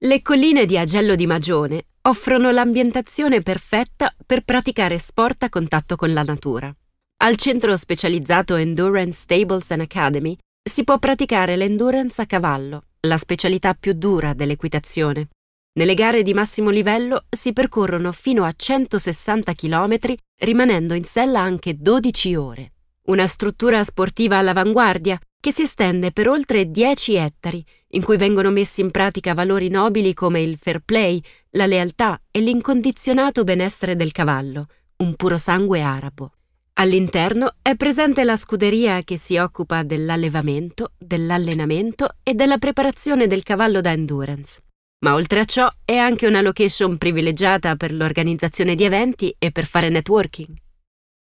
Le colline di Agello di Magione offrono l'ambientazione perfetta per praticare sport a contatto con la natura. Al centro specializzato Endurance Stables and Academy si può praticare l'endurance a cavallo, la specialità più dura dell'equitazione. Nelle gare di massimo livello si percorrono fino a 160 km, rimanendo in sella anche 12 ore. Una struttura sportiva all'avanguardia che si estende per oltre 10 ettari, in cui vengono messi in pratica valori nobili come il fair play, la lealtà e l'incondizionato benessere del cavallo, un puro sangue arabo. All'interno è presente la scuderia che si occupa dell'allevamento, dell'allenamento e della preparazione del cavallo da endurance. Ma oltre a ciò è anche una location privilegiata per l'organizzazione di eventi e per fare networking.